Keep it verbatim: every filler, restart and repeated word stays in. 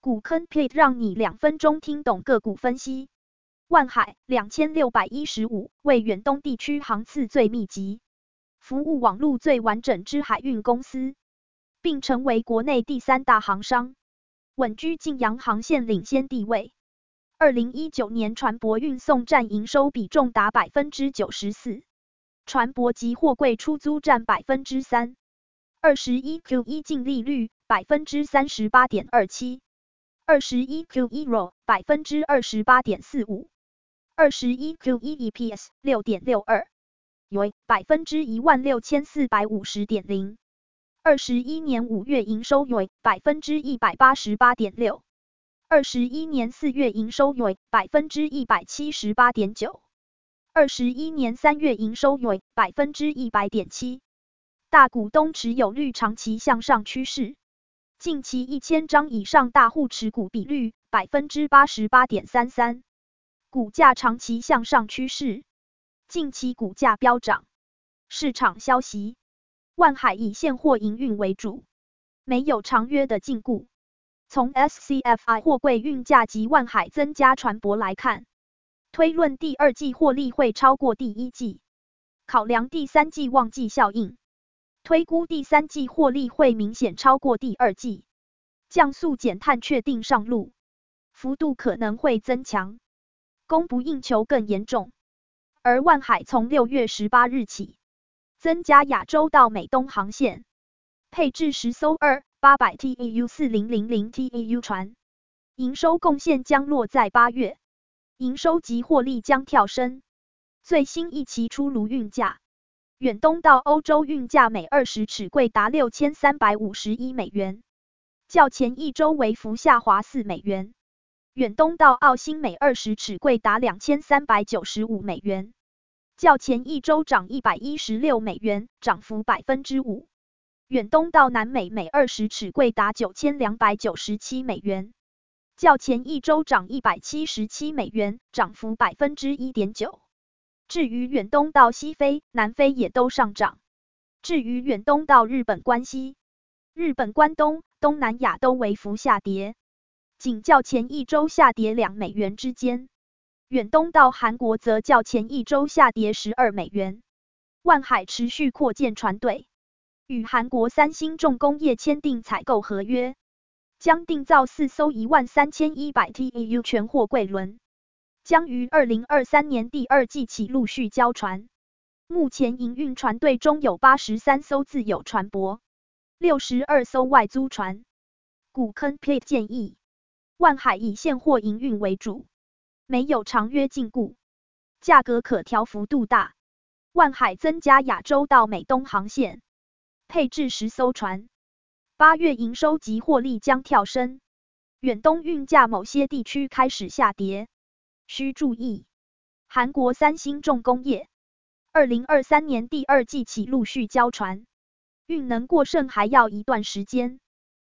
股坑 plate 让你两分钟听懂个股分析。万海两千六百一十五为远东地区航次最密集、服务网路最完整之海运公司，并成为国内第三大航商，稳居晋阳航线领先地位。二零一九年船舶运送占营收比重达 百分之九十四， 船舶及货柜出租占 百分之三。二十一 Q 一 净利率 百分之三十八点二七， 二十一 Q 一 R O E 百分之二十八点四五， 二十一 Q 一 E P S 六点六二， 为 百分之一万六千四百五十点零， 二十一年五月营收为 百分之一百八十八点六， 二十一年四月营收为 百分之一百七十八点九， 二十一年三月营收为 百分之一百点七。大股东持有率长期向上趋势，近期一千张以上大户持股比率 百分之八十八点三三， 股价长期向上趋势，近期股价飙涨。市场消息，万海以现货营运为主，没有长约的禁锢。从 S C F I 货柜运价及万海增加船舶来看，推论第二季获利会超过第一季，考量第三季旺季效应，推估第三季获利会明显超过第二季，降速减碳确定上路，幅度可能会增强，供不应求更严重。而万海从六月十八日起增加亚洲到美东航线，配置十艘二八百 T E U 四零零零 T E U 船，营收贡献将落在八月，营收及获利将跳升。最新一期出炉运价，远东到欧洲运价每二十尺柜达六千三百五十一美元，较前一周微幅下滑四美元。远东到澳新每二十尺柜达两千三百九十五美元，较前一周涨一百一十六美元，涨幅 百分之五。远东到南美每二十尺柜达九千两百九十七美元，较前一周涨一百七十七美元，涨幅 百分之一点九。至于远东到西非、南非也都上涨。至于远东到日本关西、日本关东、东南亚都微幅下跌，仅较前一周下跌两美元之间。远东到韩国则较前一周下跌十二美元。万海持续扩建船队，与韩国三星重工业签订采购合约，将订造四艘一万三千一百 T E U 全货柜轮，将于二零二三年第二季起陆续交船。目前营运船队中有八十三艘自有船舶，六十二艘外租船。股坑 plate 建议，万海以现货营运为主，没有长约禁锢，价格可调幅度大。万海增加亚洲到美东航线，配置十艘船，八月营收及获利将跳升。远东运价某些地区开始下跌，需注意。韩国三星重工业二零二三年第二季起陆续交船，运能过剩还要一段时间。